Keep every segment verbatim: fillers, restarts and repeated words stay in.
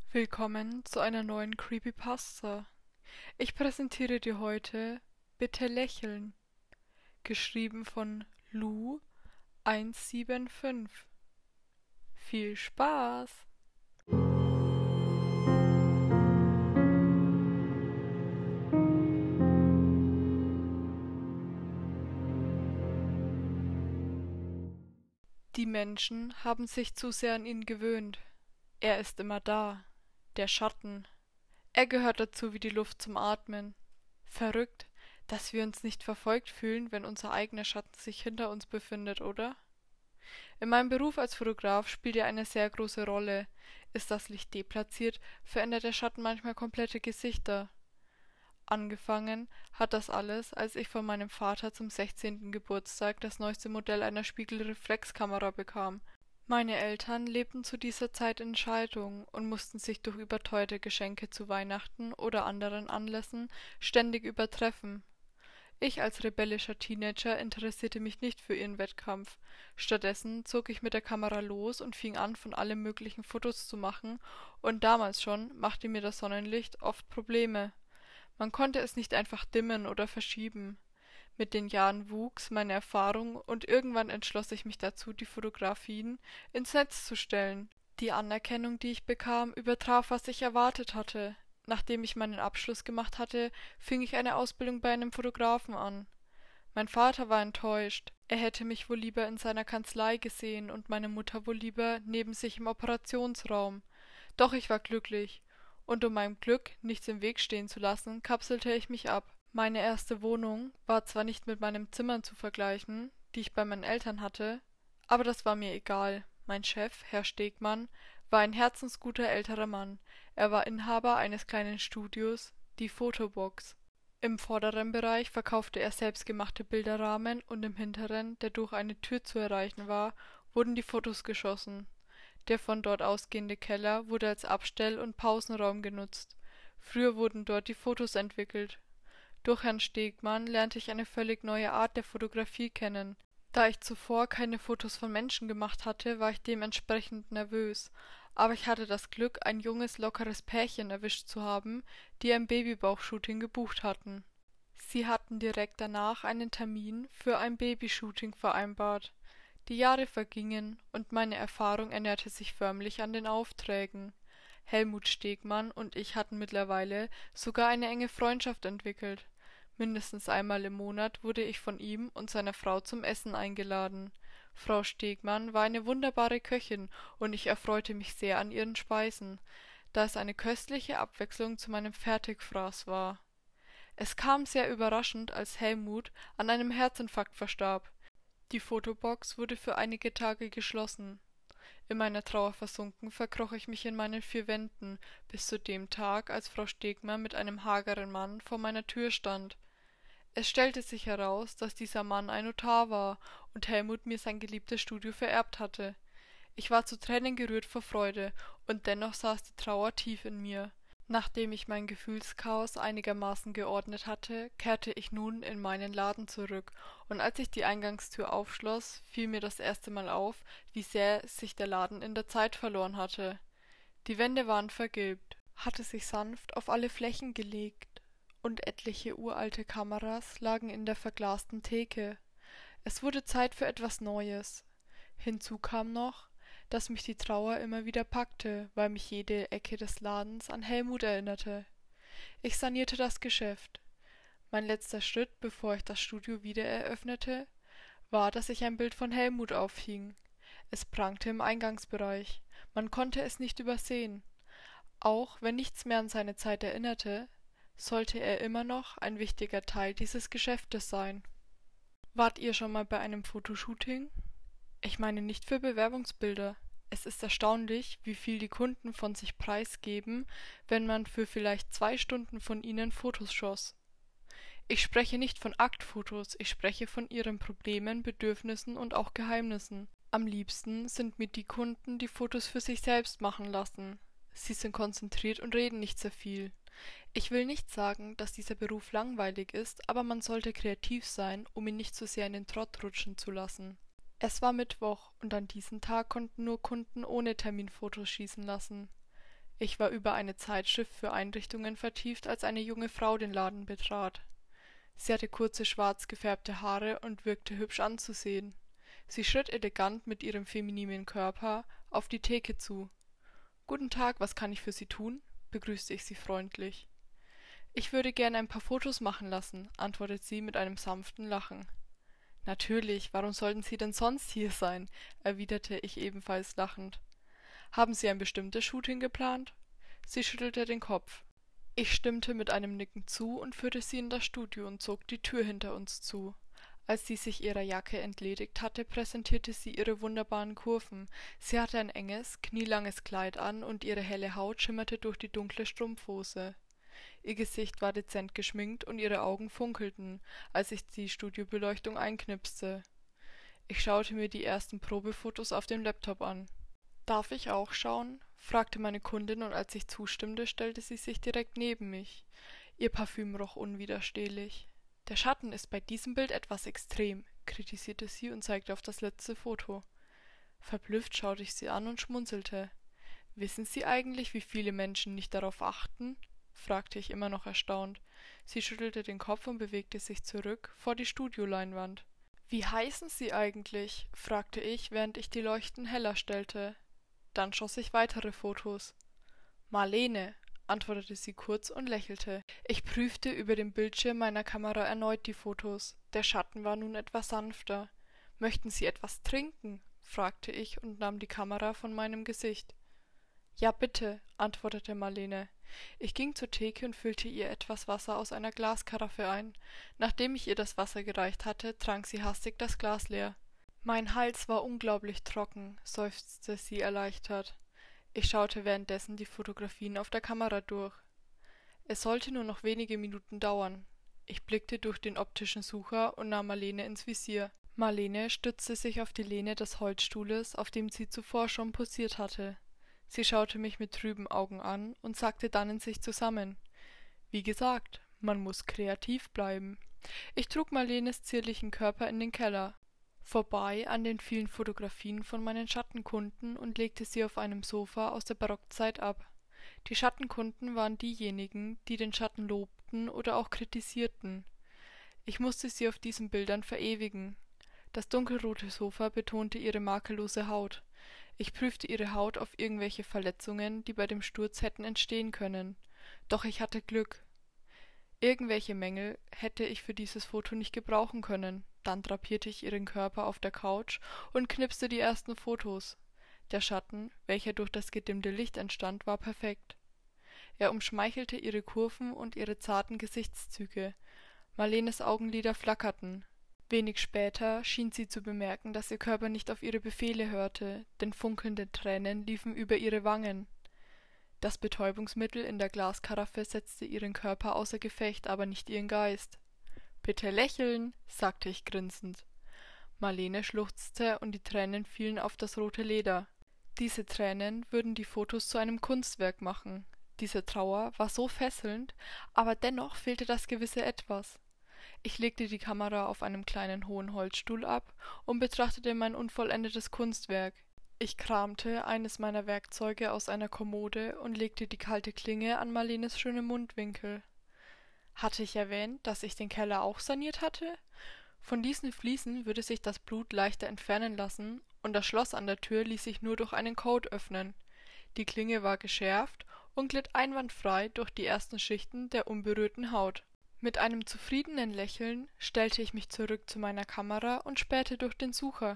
Willkommen zu einer neuen Creepypasta. Ich präsentiere dir heute Bitte lächeln, geschrieben von Lu eins sieben fünf. Viel Spaß! Die Menschen haben sich zu sehr an ihn gewöhnt. Er ist immer da, der Schatten. Er gehört dazu wie die Luft zum Atmen. Verrückt, dass wir uns nicht verfolgt fühlen, wenn unser eigener Schatten sich hinter uns befindet, oder? In meinem Beruf als Fotograf spielt er eine sehr große Rolle. Ist das Licht deplatziert, verändert der Schatten manchmal komplette Gesichter. Angefangen hat das alles, als ich von meinem Vater zum sechzehnten Geburtstag das neueste Modell einer Spiegelreflexkamera bekam. Meine Eltern lebten zu dieser Zeit in Scheidung und mussten sich durch überteuerte Geschenke zu Weihnachten oder anderen Anlässen ständig übertreffen. Ich als rebellischer Teenager interessierte mich nicht für ihren Wettkampf. Stattdessen zog ich mit der Kamera los und fing an, von allem möglichen Fotos zu machen, und damals schon machte mir das Sonnenlicht oft Probleme. Man konnte es nicht einfach dimmen oder verschieben. Mit den Jahren wuchs meine Erfahrung und irgendwann entschloss ich mich dazu, die Fotografien ins Netz zu stellen. Die Anerkennung, die ich bekam, übertraf, was ich erwartet hatte. Nachdem ich meinen Abschluss gemacht hatte, fing ich eine Ausbildung bei einem Fotografen an. Mein Vater war enttäuscht. Er hätte mich wohl lieber in seiner Kanzlei gesehen und meine Mutter wohl lieber neben sich im Operationsraum. Doch ich war glücklich. Und um meinem Glück nichts im Weg stehen zu lassen, kapselte ich mich ab. Meine erste Wohnung war zwar nicht mit meinem Zimmer zu vergleichen, die ich bei meinen Eltern hatte, aber das war mir egal. Mein Chef, Herr Stegmann, war ein herzensguter älterer Mann. Er war Inhaber eines kleinen Studios, die Fotobox. Im vorderen Bereich verkaufte er selbstgemachte Bilderrahmen und im hinteren, der durch eine Tür zu erreichen war, wurden die Fotos geschossen. Der von dort ausgehende Keller wurde als Abstell- und Pausenraum genutzt. Früher wurden dort die Fotos entwickelt. Durch Herrn Stegmann lernte ich eine völlig neue Art der Fotografie kennen. Da ich zuvor keine Fotos von Menschen gemacht hatte, war ich dementsprechend nervös, aber ich hatte das Glück, ein junges, lockeres Pärchen erwischt zu haben, die ein Babybauchshooting gebucht hatten. Sie hatten direkt danach einen Termin für ein Babyshooting vereinbart. Die Jahre vergingen, und meine Erfahrung ernährte sich förmlich an den Aufträgen. Helmut Stegmann und ich hatten mittlerweile sogar eine enge Freundschaft entwickelt. Mindestens einmal im Monat wurde ich von ihm und seiner Frau zum Essen eingeladen. Frau Stegmann war eine wunderbare Köchin, und ich erfreute mich sehr an ihren Speisen, da es eine köstliche Abwechslung zu meinem Fertigfraß war. Es kam sehr überraschend, als Helmut an einem Herzinfarkt verstarb. Die Fotobox wurde für einige Tage geschlossen. In meiner Trauer versunken, verkroch ich mich in meinen vier Wänden, bis zu dem Tag, als Frau Stegmann mit einem hageren Mann vor meiner Tür stand. Es stellte sich heraus, dass dieser Mann ein Notar war und Helmut mir sein geliebtes Studio vererbt hatte. Ich war zu Tränen gerührt vor Freude, und dennoch saß die Trauer tief in mir. Nachdem ich mein Gefühlschaos einigermaßen geordnet hatte, kehrte ich nun in meinen Laden zurück, und als ich die Eingangstür aufschloss, fiel mir das erste Mal auf, wie sehr sich der Laden in der Zeit verloren hatte. Die Wände waren vergilbt, hatte sich sanft auf alle Flächen gelegt, und etliche uralte Kameras lagen in der verglasten Theke. Es wurde Zeit für etwas Neues. Hinzu kam noch, dass mich die Trauer immer wieder packte, weil mich jede Ecke des Ladens an Helmut erinnerte. Ich sanierte das Geschäft. Mein letzter Schritt, bevor ich das Studio wieder eröffnete, war, dass ich ein Bild von Helmut aufhing. Es prangte im Eingangsbereich. Man konnte es nicht übersehen. Auch wenn nichts mehr an seine Zeit erinnerte, sollte er immer noch ein wichtiger Teil dieses Geschäftes sein. Wart ihr schon mal bei einem Fotoshooting? Ich meine nicht für Bewerbungsbilder. Es ist erstaunlich, wie viel die Kunden von sich preisgeben, wenn man für vielleicht zwei Stunden von ihnen Fotos schoss. Ich spreche nicht von Aktfotos, ich spreche von ihren Problemen, Bedürfnissen und auch Geheimnissen. Am liebsten sind mir die Kunden, die Fotos für sich selbst machen lassen. Sie sind konzentriert und reden nicht sehr viel. Ich will nicht sagen, dass dieser Beruf langweilig ist, aber man sollte kreativ sein, um ihn nicht zu sehr in den Trott rutschen zu lassen. Es war Mittwoch, und an diesem Tag konnten nur Kunden ohne Termin Fotos schießen lassen. Ich war über eine Zeitschrift für Einrichtungen vertieft, als eine junge Frau den Laden betrat. Sie hatte kurze schwarz gefärbte Haare und wirkte hübsch anzusehen. Sie schritt elegant mit ihrem femininen Körper auf die Theke zu. »Guten Tag, was kann ich für Sie tun?« begrüßte ich sie freundlich. »Ich würde gern ein paar Fotos machen lassen«, antwortete sie mit einem sanften Lachen. »Natürlich, warum sollten Sie denn sonst hier sein?«, erwiderte ich ebenfalls lachend. »Haben Sie ein bestimmtes Shooting geplant?« Sie schüttelte den Kopf. Ich stimmte mit einem Nicken zu und führte sie in das Studio und zog die Tür hinter uns zu. Als sie sich ihrer Jacke entledigt hatte, präsentierte sie ihre wunderbaren Kurven. Sie hatte ein enges, knielanges Kleid an und ihre helle Haut schimmerte durch die dunkle Strumpfhose. Ihr Gesicht war dezent geschminkt und ihre Augen funkelten, als ich die Studiobeleuchtung einknipste. Ich schaute mir die ersten Probefotos auf dem Laptop an. »Darf ich auch schauen?« fragte meine Kundin, und als ich zustimmte, stellte sie sich direkt neben mich. Ihr Parfüm roch unwiderstehlich. »Der Schatten ist bei diesem Bild etwas extrem«, kritisierte sie und zeigte auf das letzte Foto. Verblüfft schaute ich sie an und schmunzelte. »Wissen Sie eigentlich, wie viele Menschen nicht darauf achten?« fragte ich immer noch erstaunt. Sie schüttelte den Kopf und bewegte sich zurück vor die Studioleinwand. »Wie heißen Sie eigentlich?« fragte ich, während ich die Leuchten heller stellte. Dann schoss ich weitere Fotos. »Marlene«, antwortete sie kurz und lächelte. Ich prüfte über dem Bildschirm meiner Kamera erneut die Fotos. Der Schatten war nun etwas sanfter. »Möchten Sie etwas trinken?« fragte ich und nahm die Kamera von meinem Gesicht. »Ja, bitte«, antwortete Marlene. Ich ging zur Theke und füllte ihr etwas Wasser aus einer Glaskaraffe ein. Nachdem ich ihr das Wasser gereicht hatte, trank sie hastig das Glas leer. »Mein Hals war unglaublich trocken«, seufzte sie erleichtert. Ich schaute währenddessen die Fotografien auf der Kamera durch. Es sollte nur noch wenige Minuten dauern. Ich blickte durch den optischen Sucher und nahm Marlene ins Visier. Marlene stützte sich auf die Lehne des Holzstuhles, auf dem sie zuvor schon posiert hatte. Sie schaute mich mit trüben Augen an und sagte dann in sich zusammen: »Wie gesagt, man muss kreativ bleiben.« Ich trug Marlenes zierlichen Körper in den Keller, vorbei an den vielen Fotografien von meinen Schattenkunden, und legte sie auf einem Sofa aus der Barockzeit ab. Die Schattenkunden waren diejenigen, die den Schatten lobten oder auch kritisierten. Ich musste sie auf diesen Bildern verewigen. Das dunkelrote Sofa betonte ihre makellose Haut. Ich prüfte ihre Haut auf irgendwelche Verletzungen, die bei dem Sturz hätten entstehen können. Doch ich hatte Glück. Irgendwelche Mängel hätte ich für dieses Foto nicht gebrauchen können. Dann drapierte ich ihren Körper auf der Couch und knipste die ersten Fotos. Der Schatten, welcher durch das gedimmte Licht entstand, war perfekt. Er umschmeichelte ihre Kurven und ihre zarten Gesichtszüge. Marlenes Augenlider flackerten. Wenig später schien sie zu bemerken, dass ihr Körper nicht auf ihre Befehle hörte, denn funkelnde Tränen liefen über ihre Wangen. Das Betäubungsmittel in der Glaskaraffe setzte ihren Körper außer Gefecht, aber nicht ihren Geist. »Bitte lächeln«, sagte ich grinsend. Marlene schluchzte und die Tränen fielen auf das rote Leder. Diese Tränen würden die Fotos zu einem Kunstwerk machen. Diese Trauer war so fesselnd, aber dennoch fehlte das gewisse Etwas. Ich legte die Kamera auf einem kleinen hohen Holzstuhl ab und betrachtete mein unvollendetes Kunstwerk. Ich kramte eines meiner Werkzeuge aus einer Kommode und legte die kalte Klinge an Marlenes schöne Mundwinkel. Hatte ich erwähnt, dass ich den Keller auch saniert hatte? Von diesen Fliesen würde sich das Blut leichter entfernen lassen, und das Schloss an der Tür ließ sich nur durch einen Code öffnen. Die Klinge war geschärft und glitt einwandfrei durch die ersten Schichten der unberührten Haut. Mit einem zufriedenen Lächeln stellte ich mich zurück zu meiner Kamera und spähte durch den Sucher.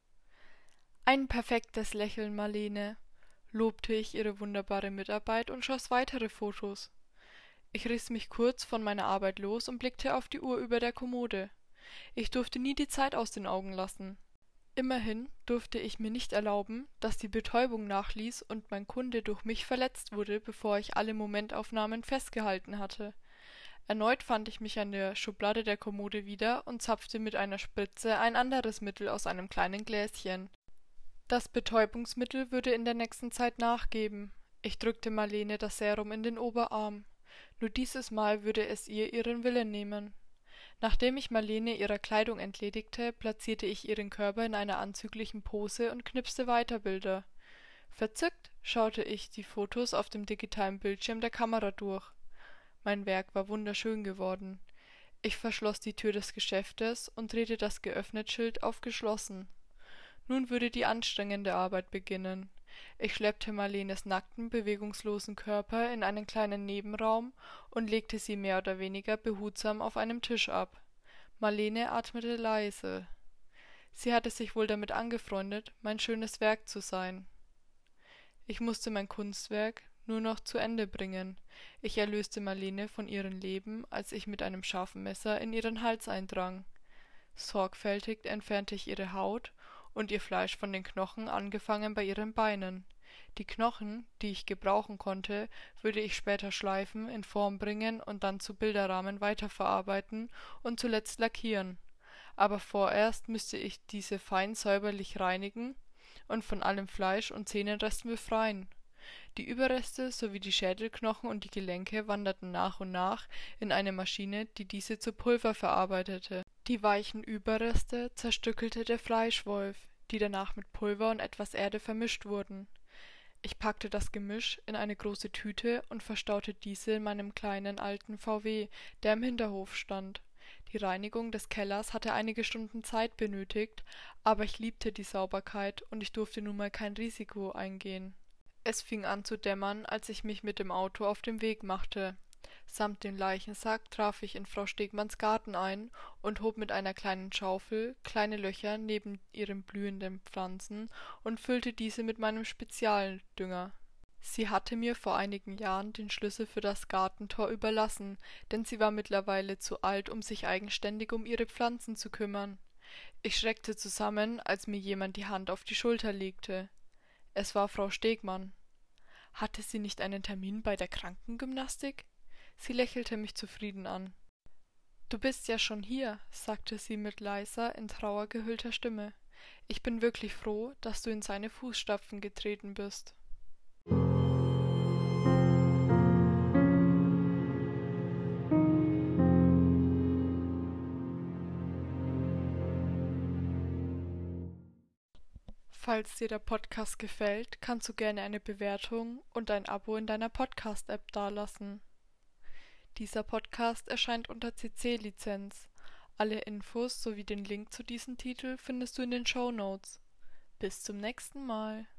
»Ein perfektes Lächeln, Marlene«, lobte ich ihre wunderbare Mitarbeit und schoss weitere Fotos. Ich riss mich kurz von meiner Arbeit los und blickte auf die Uhr über der Kommode. Ich durfte nie die Zeit aus den Augen lassen. Immerhin durfte ich mir nicht erlauben, dass die Betäubung nachließ und mein Kunde durch mich verletzt wurde, bevor ich alle Momentaufnahmen festgehalten hatte. Erneut fand ich mich an der Schublade der Kommode wieder und zapfte mit einer Spritze ein anderes Mittel aus einem kleinen Gläschen. Das Betäubungsmittel würde in der nächsten Zeit nachgeben. Ich drückte Marlene das Serum in den Oberarm. Nur dieses Mal würde es ihr ihren Willen nehmen. Nachdem ich Marlene ihrer Kleidung entledigte, platzierte ich ihren Körper in einer anzüglichen Pose und knipste weiter Bilder. Verzückt schaute ich die Fotos auf dem digitalen Bildschirm der Kamera durch. Mein Werk war wunderschön geworden. Ich verschloss die Tür des Geschäftes und drehte das Geöffnet-Schild auf geschlossen. Nun würde die anstrengende Arbeit beginnen. Ich schleppte Marlenes nackten, bewegungslosen Körper in einen kleinen Nebenraum und legte sie mehr oder weniger behutsam auf einem Tisch ab. Marlene atmete leise. Sie hatte sich wohl damit angefreundet, mein schönes Werk zu sein. Ich musste mein Kunstwerk nur noch zu Ende bringen. Ich erlöste Marlene von ihrem Leben, als ich mit einem scharfen Messer in ihren Hals eindrang. Sorgfältig entfernte ich ihre Haut und ihr Fleisch von den Knochen, angefangen bei ihren Beinen. Die Knochen, die ich gebrauchen konnte, würde ich später schleifen, in Form bringen und dann zu Bilderrahmen weiterverarbeiten und zuletzt lackieren. Aber vorerst müsste ich diese fein säuberlich reinigen und von allem Fleisch und Sehnenresten befreien. Die Überreste sowie die Schädelknochen und die Gelenke wanderten nach und nach in eine Maschine, die diese zu Pulver verarbeitete. Die weichen Überreste zerstückelte der Fleischwolf, die danach mit Pulver und etwas Erde vermischt wurden. Ich packte das Gemisch in eine große Tüte und verstaute diese in meinem kleinen alten V W, der im Hinterhof stand. Die Reinigung des Kellers hatte einige Stunden Zeit benötigt, aber ich liebte die Sauberkeit und ich durfte nun mal kein Risiko eingehen. Es fing an zu dämmern, als ich mich mit dem Auto auf den Weg machte. Samt dem Leichensack traf ich in Frau Stegmanns Garten ein und hob mit einer kleinen Schaufel kleine Löcher neben ihren blühenden Pflanzen und füllte diese mit meinem Spezialdünger. Sie hatte mir vor einigen Jahren den Schlüssel für das Gartentor überlassen, denn sie war mittlerweile zu alt, um sich eigenständig um ihre Pflanzen zu kümmern. Ich schreckte zusammen, als mir jemand die Hand auf die Schulter legte. Es war Frau Stegmann. Hatte sie nicht einen Termin bei der Krankengymnastik? Sie lächelte mich zufrieden an. »Du bist ja schon hier«, sagte sie mit leiser, in Trauer gehüllter Stimme. »Ich bin wirklich froh, dass du in seine Fußstapfen getreten bist.« Falls dir der Podcast gefällt, kannst du gerne eine Bewertung und ein Abo in deiner Podcast-App dalassen. Dieser Podcast erscheint unter C C-Lizenz. Alle Infos sowie den Link zu diesem Titel findest du in den Shownotes. Bis zum nächsten Mal.